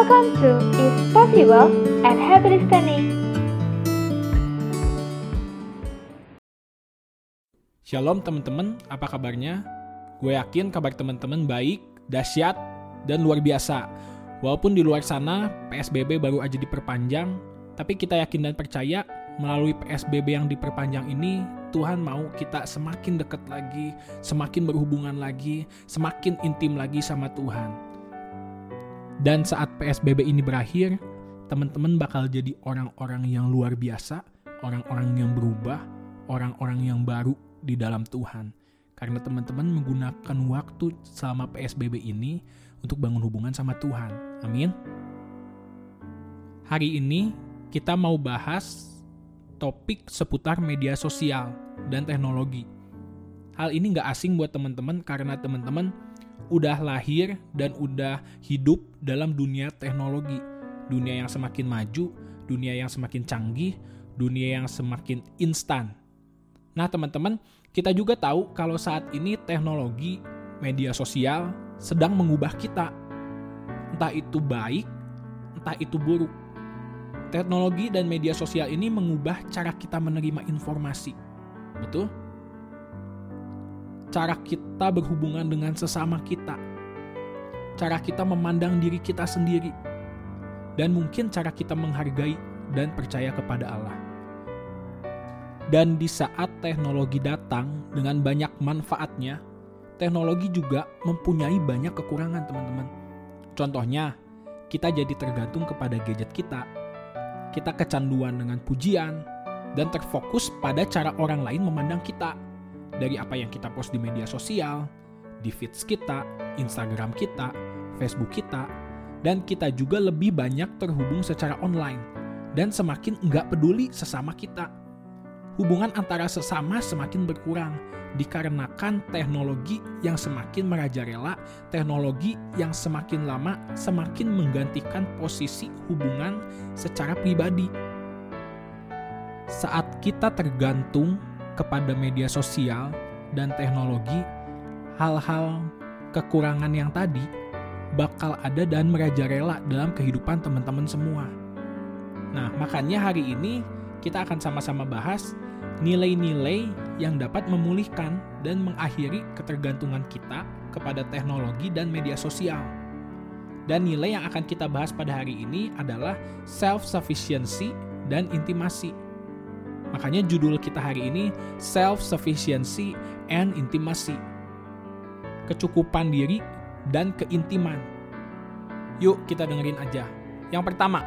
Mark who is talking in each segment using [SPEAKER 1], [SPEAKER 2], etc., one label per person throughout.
[SPEAKER 1] Welcome to Is Possible and happy listening.
[SPEAKER 2] Shalom teman-teman, apa kabarnya? Gue yakin kabar teman-teman baik, dahsyat, dan luar biasa. Walaupun di luar sana PSBB baru aja diperpanjang, tapi kita yakin dan percaya melalui PSBB yang diperpanjang ini, Tuhan mau kita semakin dekat lagi, semakin berhubungan lagi, semakin intim lagi sama Tuhan. Dan saat PSBB ini berakhir, teman-teman bakal jadi orang-orang yang luar biasa, orang-orang yang berubah, orang-orang yang baru di dalam Tuhan. Karena teman-teman menggunakan waktu selama PSBB ini untuk bangun hubungan sama Tuhan. Amin. Hari ini kita mau bahas topik seputar media sosial dan teknologi. Hal ini gak asing buat teman-teman karena teman-teman udah lahir dan udah hidup dalam dunia teknologi. Dunia yang semakin maju, dunia yang semakin canggih, dunia yang semakin instan. Nah teman-teman, kita juga tahu kalau saat ini teknologi media sosial sedang mengubah kita. Entah itu baik, entah itu buruk. Teknologi dan media sosial ini mengubah cara kita menerima informasi. Betul? Cara kita berhubungan dengan sesama kita. Cara kita memandang diri kita sendiri. Dan mungkin cara kita menghargai dan percaya kepada Allah. Dan di saat teknologi datang dengan banyak manfaatnya, teknologi juga mempunyai banyak kekurangan teman-teman. Contohnya, kita jadi tergantung kepada gadget kita. Kita kecanduan dengan pujian dan terfokus pada cara orang lain memandang kita. Dari apa yang kita post di media sosial, di feeds kita, Instagram kita, Facebook kita, dan kita juga lebih banyak terhubung secara online dan semakin nggak peduli sesama kita. Hubungan antara sesama semakin berkurang dikarenakan teknologi yang semakin merajalela, teknologi yang semakin lama semakin menggantikan posisi hubungan secara pribadi. Saat kita tergantung kepada media sosial dan teknologi, hal-hal kekurangan yang tadi bakal ada dan merajalela dalam kehidupan teman-teman semua. Nah, makanya hari ini kita akan sama-sama bahas nilai-nilai yang dapat memulihkan dan mengakhiri ketergantungan kita kepada teknologi dan media sosial. Dan nilai yang akan kita bahas pada hari ini adalah self-sufficiency dan intimasi. Makanya judul kita hari ini Self-Sufficiency and Intimacy. Kecukupan diri dan keintiman. Yuk kita dengerin aja. Yang pertama,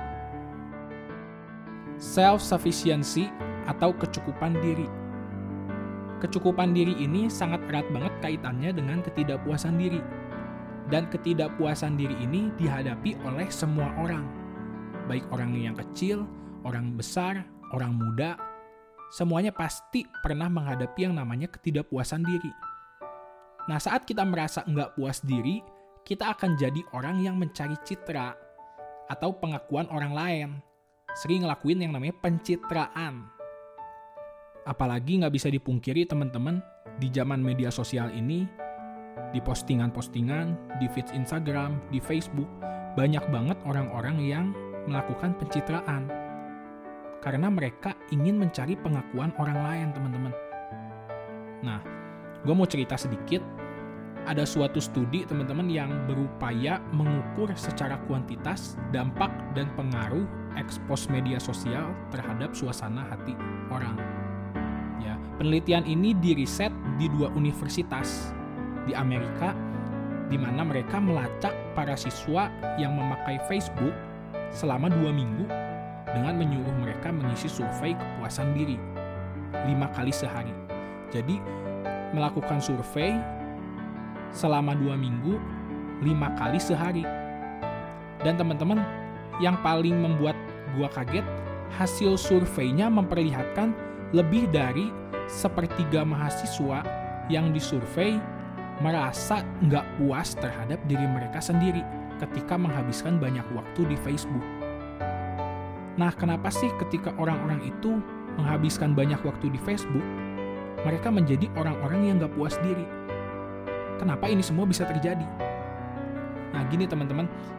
[SPEAKER 2] self-sufficiency atau kecukupan diri. Kecukupan diri ini sangat erat banget kaitannya dengan ketidakpuasan diri. Dan ketidakpuasan diri ini dihadapi oleh semua orang. Baik orang yang kecil, orang besar, orang muda, semuanya pasti pernah menghadapi yang namanya ketidakpuasan diri. Nah, saat kita merasa nggak puas diri, kita akan jadi orang yang mencari citra atau pengakuan orang lain. Sering ngelakuin yang namanya pencitraan. Apalagi nggak bisa dipungkiri teman-teman, di zaman media sosial ini, di postingan-postingan, di feed Instagram, di Facebook, banyak banget orang-orang yang melakukan pencitraan. Karena mereka ingin mencari pengakuan orang lain, teman-teman. Nah, gue mau cerita sedikit. Ada suatu studi, teman-teman, yang berupaya mengukur secara kuantitas dampak dan pengaruh ekspos media sosial terhadap suasana hati orang. Ya, penelitian ini diriset di 2 universitas di Amerika, di mana mereka melacak para siswa yang memakai Facebook selama 2 minggu dengan menyuruh mereka mengisi survei kepuasan diri 5 kali sehari. Jadi melakukan survei selama 2 minggu 5 kali sehari. Dan teman-teman, yang paling membuat gua kaget, hasil surveinya memperlihatkan lebih dari 1/3 mahasiswa yang disurvei merasa nggak puas terhadap diri mereka sendiri ketika menghabiskan banyak waktu di Facebook. Nah, kenapa sih ketika orang-orang itu menghabiskan banyak waktu di Facebook, mereka menjadi orang-orang yang gak puas diri? Kenapa ini semua bisa terjadi? Nah, gini teman-teman,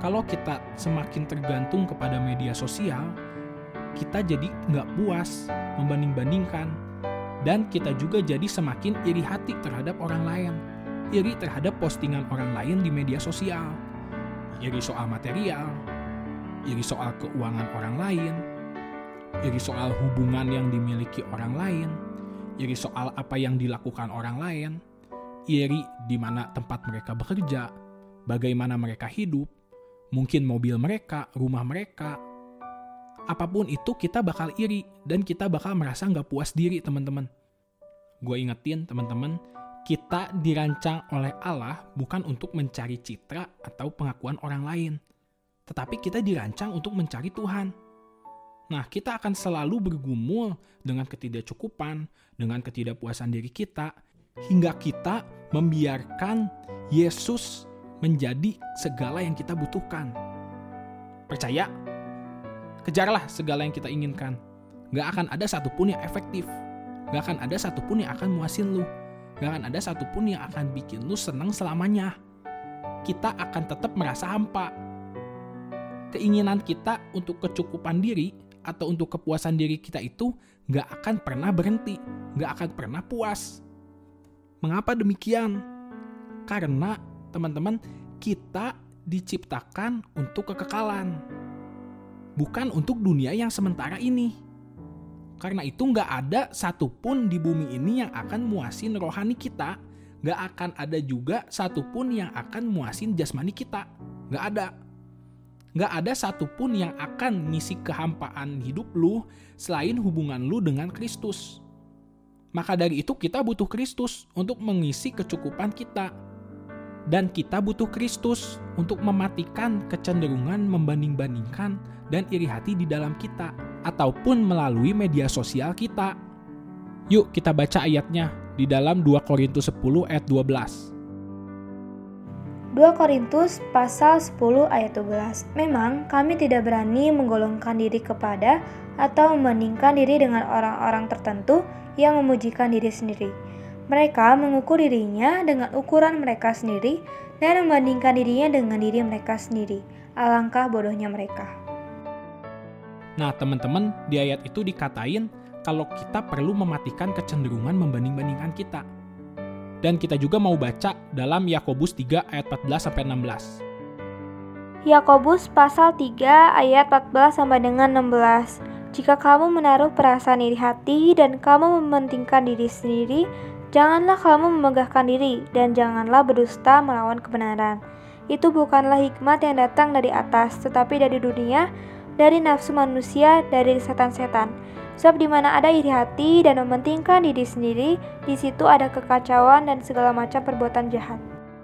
[SPEAKER 2] kalau kita semakin tergantung kepada media sosial, kita jadi nggak puas membanding-bandingkan. Dan kita juga jadi semakin iri hati terhadap orang lain. Iri terhadap postingan orang lain di media sosial. Iri soal material, iri soal keuangan orang lain, iri soal hubungan yang dimiliki orang lain, iri soal apa yang dilakukan orang lain, iri di mana tempat mereka bekerja, bagaimana mereka hidup, mungkin mobil mereka, rumah mereka. Apapun itu kita bakal iri dan kita bakal merasa nggak puas diri, teman-teman. Gue ingetin teman-teman, kita dirancang oleh Allah bukan untuk mencari citra atau pengakuan orang lain, tetapi kita dirancang untuk mencari Tuhan. Nah, kita akan selalu bergumul dengan ketidakcukupan, dengan ketidakpuasan diri kita, hingga kita membiarkan Yesus menjadi segala yang kita butuhkan. Percaya, kejarlah segala yang kita inginkan. Gak akan ada satupun yang efektif. Gak akan ada satupun yang akan muasin lu. Gak akan ada satupun yang akan bikin lu senang selamanya. Kita akan tetap merasa hampa. Keinginan kita untuk kecukupan diri atau untuk kepuasan diri kita itu gak akan pernah berhenti. Gak akan pernah puas. Mengapa demikian? Karena teman-teman, kita diciptakan untuk kekekalan. Bukan untuk dunia yang sementara ini. Karena itu gak ada satupun di bumi ini yang akan muasin rohani kita. Gak akan ada juga satupun yang akan muasin jasmani kita. Gak ada. Gak ada satupun yang akan ngisi kehampaan hidup lu selain hubungan lu dengan Kristus. Maka dari itu kita butuh Kristus untuk mengisi kecukupan kita. Dan kita butuh Kristus untuk mematikan kecenderungan membanding-bandingkan dan iri hati di dalam kita, ataupun melalui media sosial kita. Yuk kita baca ayatnya di dalam 2 Korintus 10 ayat 12.
[SPEAKER 1] 2 Korintus pasal 10 ayat 12. Memang kami tidak berani menggolongkan diri kepada atau membandingkan diri dengan orang-orang tertentu yang memujikan diri sendiri. Mereka mengukur dirinya dengan ukuran mereka sendiri dan membandingkan dirinya dengan diri mereka sendiri. Alangkah bodohnya mereka.
[SPEAKER 2] Nah teman-teman, di ayat itu dikatain kalau kita perlu mematikan kecenderungan membanding-bandingkan kita. Dan kita juga mau baca dalam Yakobus 3 ayat 14-16.
[SPEAKER 1] Yakobus pasal 3 ayat 14 sampai dengan 16. Jika kamu menaruh perasaan iri hati dan kamu mementingkan diri sendiri, janganlah kamu memegahkan diri dan janganlah berdusta melawan kebenaran. Itu bukanlah hikmat yang datang dari atas, tetapi dari dunia, dari nafsu manusia, dari setan-setan. Sebab di mana ada iri hati dan mementingkan diri sendiri, di situ ada kekacauan dan segala macam perbuatan jahat.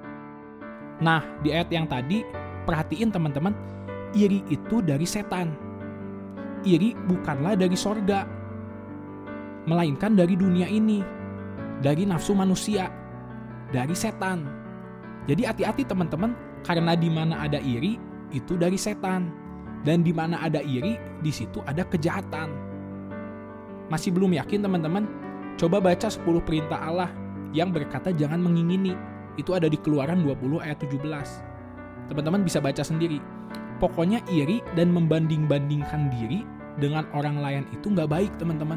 [SPEAKER 2] Nah, di ayat yang tadi, perhatiin teman-teman, iri itu dari setan. Iri bukanlah dari sorga, melainkan dari dunia ini, dari nafsu manusia, dari setan. Jadi hati-hati teman-teman, karena di mana ada iri, itu dari setan. Dan di mana ada iri, di situ ada kejahatan. Masih belum yakin teman-teman? Coba baca 10 perintah Allah yang berkata jangan mengingini. Itu ada di Keluaran 20 ayat 17. Teman-teman bisa baca sendiri. Pokoknya iri dan membanding-bandingkan diri dengan orang lain itu nggak baik teman-teman.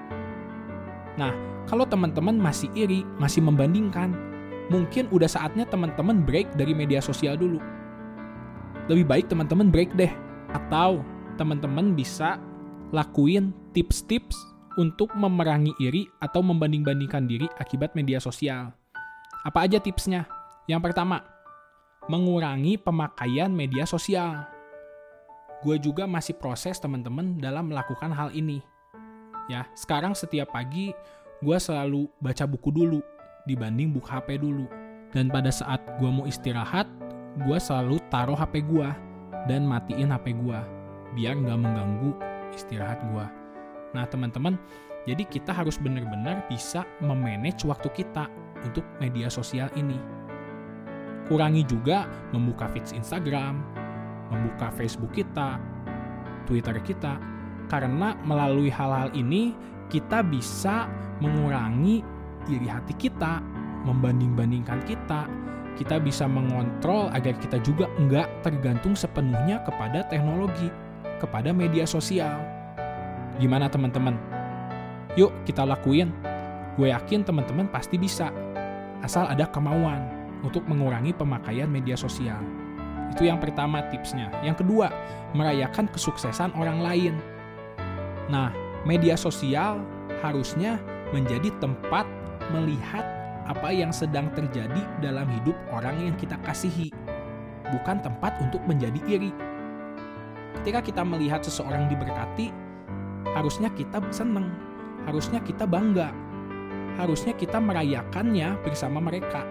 [SPEAKER 2] Nah, kalau teman-teman masih iri, masih membandingkan, mungkin udah saatnya teman-teman break dari media sosial dulu. Lebih baik teman-teman break deh. Atau teman-teman bisa lakuin tips-tips untuk memerangi iri atau membanding-bandingkan diri akibat media sosial. Apa aja tipsnya? Yang pertama, mengurangi pemakaian media sosial. Gue juga masih proses teman-teman dalam melakukan hal ini. Ya, sekarang setiap pagi gue selalu baca buku dulu dibanding buka HP dulu. Dan pada saat gue mau istirahat, gue selalu taruh HP gue dan matiin HP gue biar gak mengganggu istirahat gue. Nah teman-teman, jadi kita harus benar-benar bisa memanage waktu kita untuk media sosial ini. Kurangi juga membuka feeds Instagram, membuka Facebook kita, Twitter kita, karena melalui hal-hal ini kita bisa mengurangi iri hati kita, membanding-bandingkan kita, kita bisa mengontrol agar kita juga enggak tergantung sepenuhnya kepada teknologi, kepada media sosial. Gimana teman-teman? Yuk kita lakuin. Gue yakin teman-teman pasti bisa, asal ada kemauan untuk mengurangi pemakaian media sosial. Itu yang pertama tipsnya. Yang kedua, merayakan kesuksesan orang lain. Nah, media sosial harusnya menjadi tempat melihat apa yang sedang terjadi dalam hidup orang yang kita kasihi, bukan tempat untuk menjadi iri. Ketika kita melihat seseorang diberkati, harusnya kita senang, harusnya kita bangga, harusnya kita merayakannya bersama mereka.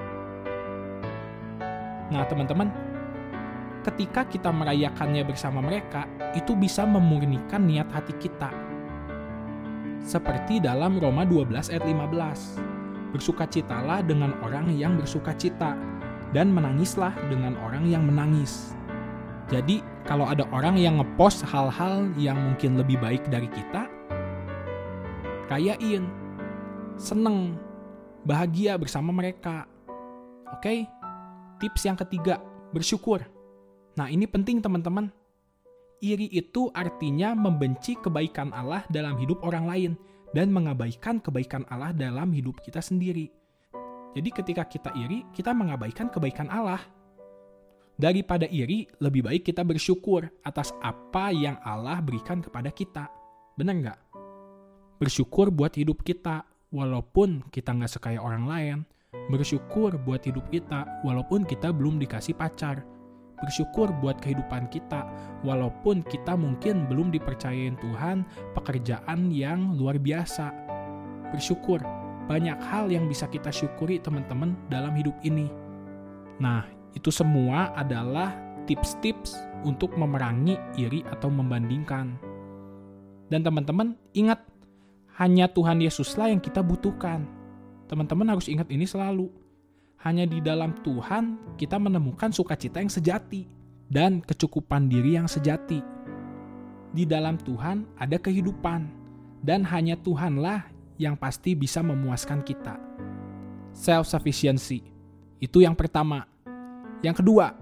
[SPEAKER 2] Nah teman-teman, ketika kita merayakannya bersama mereka, itu bisa memurnikan niat hati kita. Seperti dalam Roma 12 ayat 15. Bersukacitalah dengan orang yang bersukacita, dan menangislah dengan orang yang menangis. Jadi, kalau ada orang yang ngepost hal-hal yang mungkin lebih baik dari kita, rayain, seneng, bahagia bersama mereka. Oke? Tips yang ketiga, bersyukur. Nah, ini penting teman-teman. Iri itu artinya membenci kebaikan Allah dalam hidup orang lain dan mengabaikan kebaikan Allah dalam hidup kita sendiri. Jadi ketika kita iri, kita mengabaikan kebaikan Allah. Daripada iri, lebih baik kita bersyukur atas apa yang Allah berikan kepada kita. Benar nggak? Bersyukur buat hidup kita, walaupun kita nggak sekaya orang lain. Bersyukur buat hidup kita, walaupun kita belum dikasih pacar. Bersyukur buat kehidupan kita, walaupun kita mungkin belum dipercayain Tuhan pekerjaan yang luar biasa. Bersyukur, banyak hal yang bisa kita syukuri teman-teman dalam hidup ini. Nah, itu semua adalah tips-tips untuk memerangi iri atau membandingkan. Dan teman-teman, ingat, hanya Tuhan Yesuslah yang kita butuhkan. Teman-teman harus ingat ini selalu. Hanya di dalam Tuhan kita menemukan sukacita yang sejati dan kecukupan diri yang sejati. Di dalam Tuhan ada kehidupan, dan hanya Tuhanlah yang pasti bisa memuaskan kita. Self-sufficiency, itu yang pertama. Yang kedua,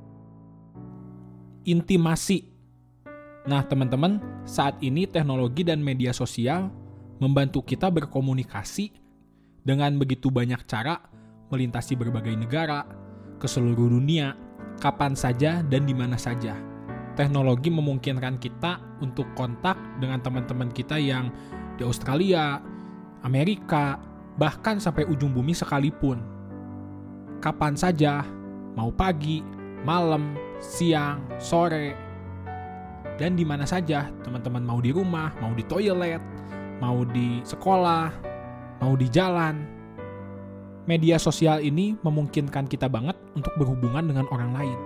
[SPEAKER 2] intimasi. Nah teman-teman, saat ini teknologi dan media sosial membantu kita berkomunikasi dengan begitu banyak cara, melintasi berbagai negara, ke seluruh dunia, kapan saja dan di mana saja. Teknologi memungkinkan kita untuk kontak dengan teman-teman kita yang di Australia, Amerika, bahkan sampai ujung bumi sekalipun. Kapan saja, mau pagi, malam, siang, sore, dan di mana saja teman-teman mau di rumah, mau di toilet, mau di sekolah, mau di jalan. Media sosial ini memungkinkan kita banget untuk berhubungan dengan orang lain.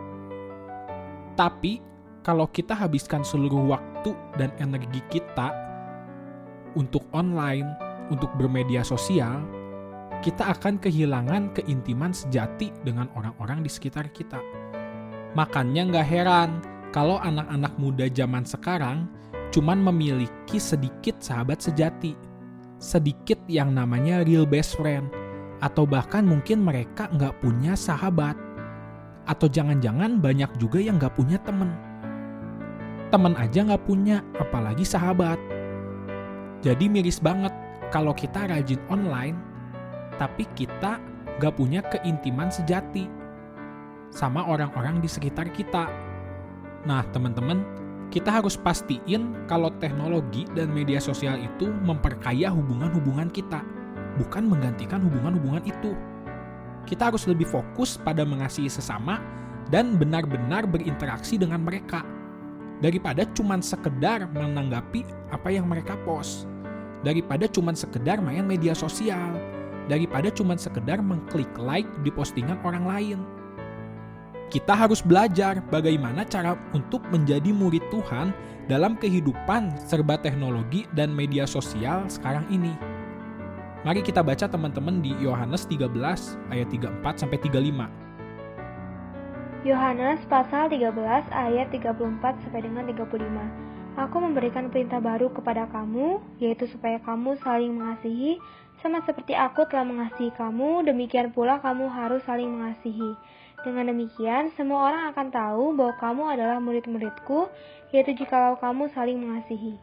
[SPEAKER 2] Tapi, kalau kita habiskan seluruh waktu dan energi kita untuk online, untuk bermedia sosial, kita akan kehilangan keintiman sejati dengan orang-orang di sekitar kita. Makanya nggak heran kalau anak-anak muda zaman sekarang cuman memiliki sedikit sahabat sejati. Sedikit yang namanya real best friend. Atau bahkan mungkin mereka nggak punya sahabat. Atau jangan-jangan banyak juga yang nggak punya teman. Teman aja nggak punya, apalagi sahabat. Jadi miris banget kalau kita rajin online, tapi kita nggak punya keintiman sejati sama orang-orang di sekitar kita. Nah teman-teman, kita harus pastiin kalau teknologi dan media sosial itu memperkaya hubungan-hubungan kita, bukan menggantikan hubungan-hubungan itu. Kita harus lebih fokus pada mengasihi sesama dan benar-benar berinteraksi dengan mereka, daripada cuman sekedar menanggapi apa yang mereka post, daripada cuman sekedar main media sosial, daripada cuman sekedar mengklik like di postingan orang lain. Kita harus belajar bagaimana cara untuk menjadi murid Tuhan dalam kehidupan serba teknologi dan media sosial sekarang ini. Mari kita baca teman-teman di Yohanes 13 ayat 34-35.
[SPEAKER 1] Yohanes pasal 13 ayat 34 sampai dengan 35. Aku memberikan perintah baru kepada kamu, yaitu supaya kamu saling mengasihi, sama seperti aku telah mengasihi kamu, demikian pula kamu harus saling mengasihi. Dengan demikian, semua orang akan tahu bahwa kamu adalah murid-muridku, yaitu jikalau kamu saling mengasihi.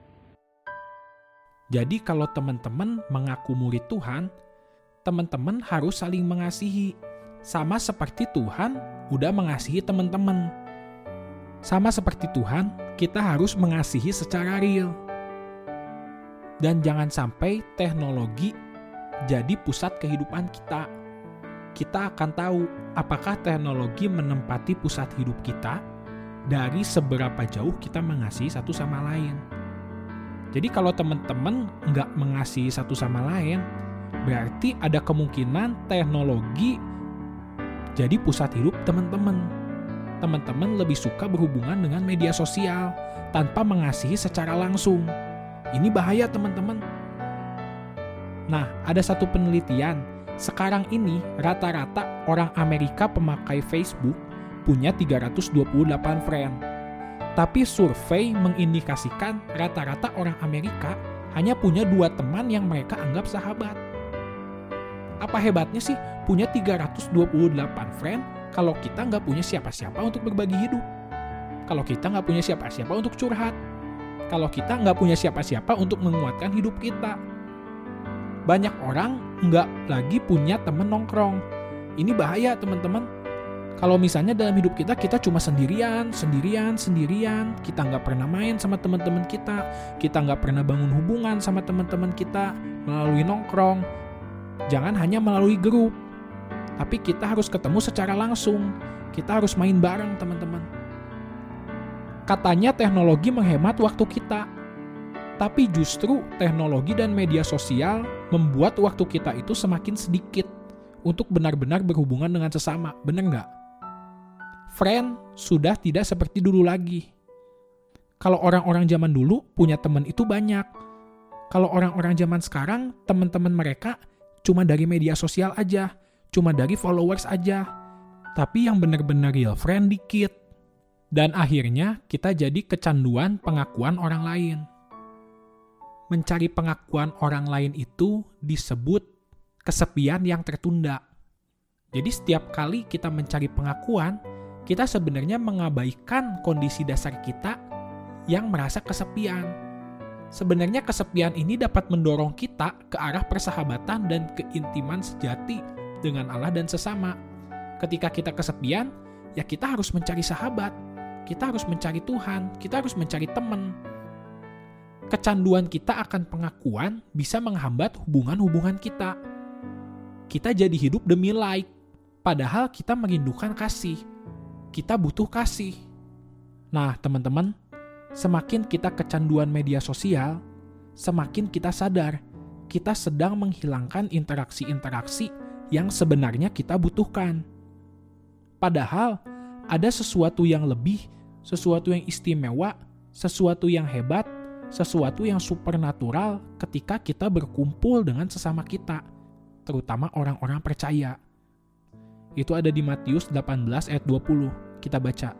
[SPEAKER 2] Jadi kalau teman-teman mengaku murid Tuhan, teman-teman harus saling mengasihi. Sama seperti Tuhan udah mengasihi teman-teman. Sama seperti Tuhan, kita harus mengasihi secara real. Dan jangan sampai teknologi jadi pusat kehidupan kita. Kita akan tahu apakah teknologi menempati pusat hidup kita dari seberapa jauh kita mengasihi satu sama lain. Jadi kalau teman-teman nggak mengasihi satu sama lain, berarti ada kemungkinan teknologi jadi pusat hidup teman-teman. Teman-teman lebih suka berhubungan dengan media sosial tanpa mengasihi secara langsung. Ini bahaya teman-teman. Nah, ada satu penelitian. Sekarang ini rata-rata orang Amerika pemakai Facebook punya 328 friend. Tapi survei mengindikasikan rata-rata orang Amerika hanya punya 2 teman yang mereka anggap sahabat. Apa hebatnya sih punya 328 friend kalau kita nggak punya siapa-siapa untuk berbagi hidup? Kalau kita nggak punya siapa-siapa untuk curhat? Kalau kita nggak punya siapa-siapa untuk menguatkan hidup kita? Banyak orang nggak lagi punya temen nongkrong. Ini bahaya teman-teman. Kalau misalnya dalam hidup kita cuma sendirian, kita nggak pernah main sama teman-teman kita nggak pernah bangun hubungan sama teman-teman kita melalui nongkrong. Jangan hanya melalui grup, tapi kita harus ketemu secara langsung. Kita harus main bareng teman-teman. Katanya teknologi menghemat waktu kita, tapi justru teknologi dan media sosial membuat waktu kita itu semakin sedikit untuk benar-benar berhubungan dengan sesama. Bener nggak? Friend sudah tidak seperti dulu lagi. Kalau orang-orang zaman dulu punya teman itu banyak. Kalau orang-orang zaman sekarang, teman-teman mereka cuma dari media sosial aja, cuma dari followers aja. Tapi yang benar-benar real friend dikit. Dan akhirnya kita jadi kecanduan pengakuan orang lain. Mencari pengakuan orang lain itu disebut kesepian yang tertunda. Jadi setiap kali kita mencari pengakuan, kita sebenarnya mengabaikan kondisi dasar kita yang merasa kesepian. Sebenarnya kesepian ini dapat mendorong kita ke arah persahabatan dan keintiman sejati dengan Allah dan sesama. Ketika kita kesepian, ya kita harus mencari sahabat, kita harus mencari Tuhan, kita harus mencari teman. Kecanduan kita akan pengakuan bisa menghambat hubungan-hubungan kita. Kita jadi hidup demi like, padahal kita merindukan kasih. Kita butuh kasih. Nah, teman-teman, semakin kita kecanduan media sosial, semakin kita sadar kita sedang menghilangkan interaksi-interaksi yang sebenarnya kita butuhkan. Padahal ada sesuatu yang lebih, sesuatu yang istimewa, sesuatu yang hebat, sesuatu yang supernatural ketika kita berkumpul dengan sesama kita, terutama orang-orang percaya. Itu ada di Matius 18 ayat 20. Kita baca.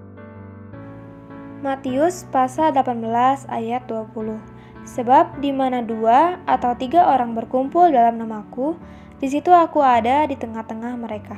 [SPEAKER 1] Matius pasal 18 ayat 20. Sebab di mana 2 atau 3 orang berkumpul dalam namaku, di situ aku ada di tengah-tengah mereka.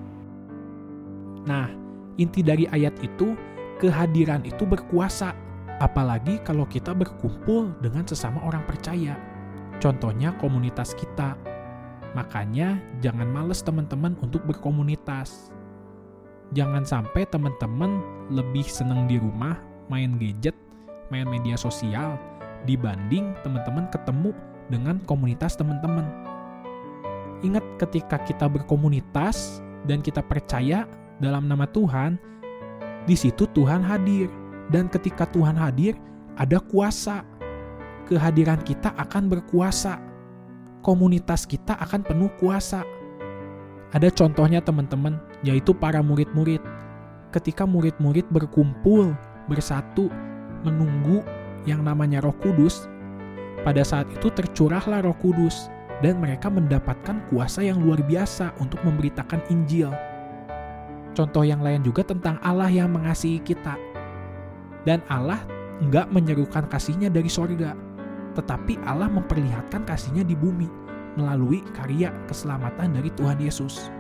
[SPEAKER 2] Nah, inti dari ayat itu, kehadiran itu berkuasa. Apalagi kalau kita berkumpul dengan sesama orang percaya. Contohnya komunitas kita. Makanya jangan males teman-teman untuk berkomunitas. Jangan sampai teman-teman lebih senang di rumah, main gadget, main media sosial, dibanding teman-teman ketemu dengan komunitas teman-teman. Ingat ketika kita berkomunitas dan kita percaya dalam nama Tuhan, di situ Tuhan hadir. Dan ketika Tuhan hadir, ada kuasa. Kehadiran kita akan berkuasa. Komunitas kita akan penuh kuasa. Ada contohnya teman-teman, yaitu para murid-murid. Ketika murid-murid berkumpul, bersatu, menunggu yang namanya Roh Kudus, pada saat itu tercurahlah Roh Kudus, dan mereka mendapatkan kuasa yang luar biasa untuk memberitakan Injil. Contoh yang lain juga tentang Allah yang mengasihi kita. Dan Allah enggak menyerukan kasih-Nya dari sorga, tetapi Allah memperlihatkan kasih-Nya di bumi melalui karya keselamatan dari Tuhan Yesus.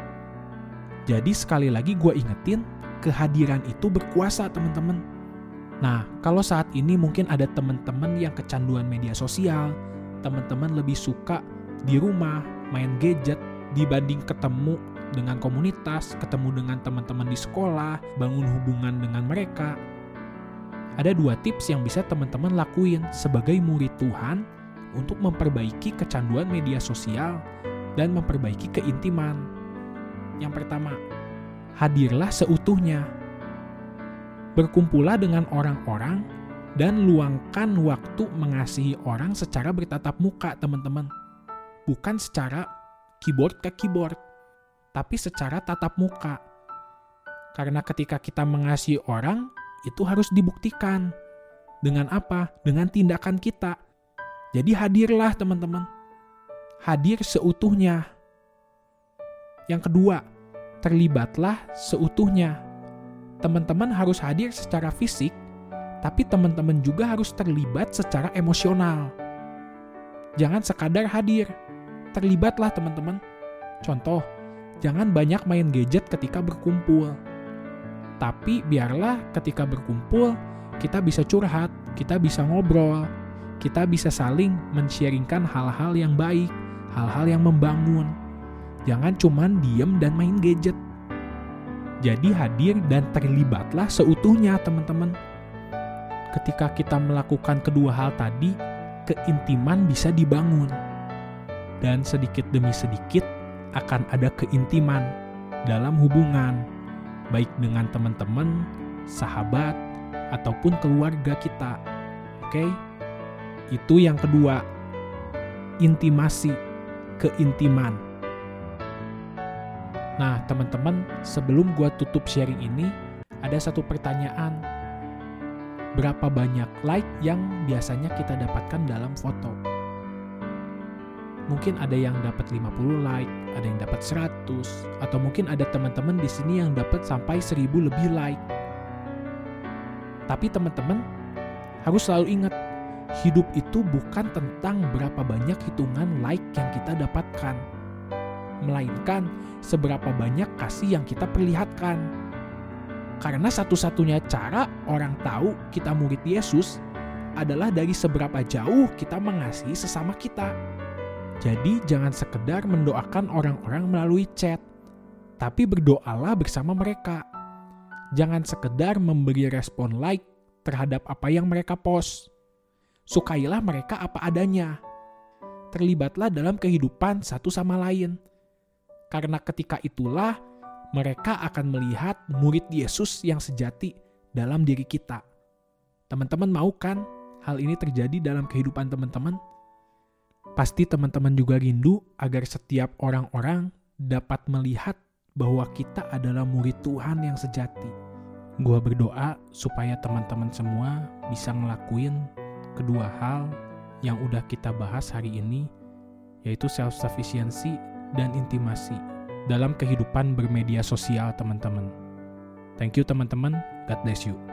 [SPEAKER 2] Jadi sekali lagi gue ingetin, kehadiran itu berkuasa teman-teman. Nah, kalau saat ini mungkin ada teman-teman yang kecanduan media sosial, teman-teman lebih suka di rumah main gadget dibanding ketemu dengan komunitas, ketemu dengan teman-teman di sekolah, bangun hubungan dengan mereka. Ada 2 tips yang bisa teman-teman lakuin sebagai murid Tuhan untuk memperbaiki kecanduan media sosial dan memperbaiki keintiman. Yang pertama, hadirlah seutuhnya. Berkumpullah dengan orang-orang dan luangkan waktu mengasihi orang secara bertatap muka, teman-teman. Bukan secara keyboard ke keyboard, tapi secara tatap muka. Karena ketika kita mengasihi orang, itu harus dibuktikan. Dengan apa? Dengan tindakan kita. Jadi hadirlah teman-teman. Hadir seutuhnya. Yang kedua, terlibatlah seutuhnya. Teman-teman harus hadir secara fisik, tapi teman-teman juga harus terlibat secara emosional. Jangan sekadar hadir, terlibatlah teman-teman. Contoh, jangan banyak main gadget ketika berkumpul. Tapi biarlah ketika berkumpul, kita bisa curhat, kita bisa ngobrol, kita bisa saling men-sharingkan hal-hal yang baik, hal-hal yang membangun. Jangan cuman diem dan main gadget. Jadi hadir dan terlibatlah seutuhnya teman-teman. Ketika kita melakukan kedua hal tadi, keintiman bisa dibangun. Dan sedikit demi sedikit akan ada keintiman dalam hubungan, baik dengan teman-teman, sahabat, ataupun keluarga kita. Oke? Itu yang kedua. Intimasi, keintiman. Nah, teman-teman, sebelum gua tutup sharing ini, ada satu pertanyaan. Berapa banyak like yang biasanya kita dapatkan dalam foto? Mungkin ada yang dapat 50 like, ada yang dapat 100, atau mungkin ada teman-teman di sini yang dapat sampai 1000 lebih like. Tapi teman-teman harus selalu ingat, hidup itu bukan tentang berapa banyak hitungan like yang kita dapatkan, melainkan seberapa banyak kasih yang kita perlihatkan. Karena satu-satunya cara orang tahu kita murid Yesus adalah dari seberapa jauh kita mengasihi sesama kita. Jadi jangan sekedar mendoakan orang-orang melalui chat, tapi berdoalah bersama mereka. Jangan sekedar memberi respon like terhadap apa yang mereka post. Sukailah mereka apa adanya. Terlibatlah dalam kehidupan satu sama lain. Karena ketika itulah mereka akan melihat murid Yesus yang sejati dalam diri kita. Teman-teman mau kan hal ini terjadi dalam kehidupan teman-teman? Pasti teman-teman juga rindu agar setiap orang-orang dapat melihat bahwa kita adalah murid Tuhan yang sejati. Gua berdoa supaya teman-teman semua bisa ngelakuin kedua hal yang udah kita bahas hari ini, yaitu self-sufficiency dan intimasi dalam kehidupan bermedia sosial teman-teman. Thank you teman-teman, God bless you.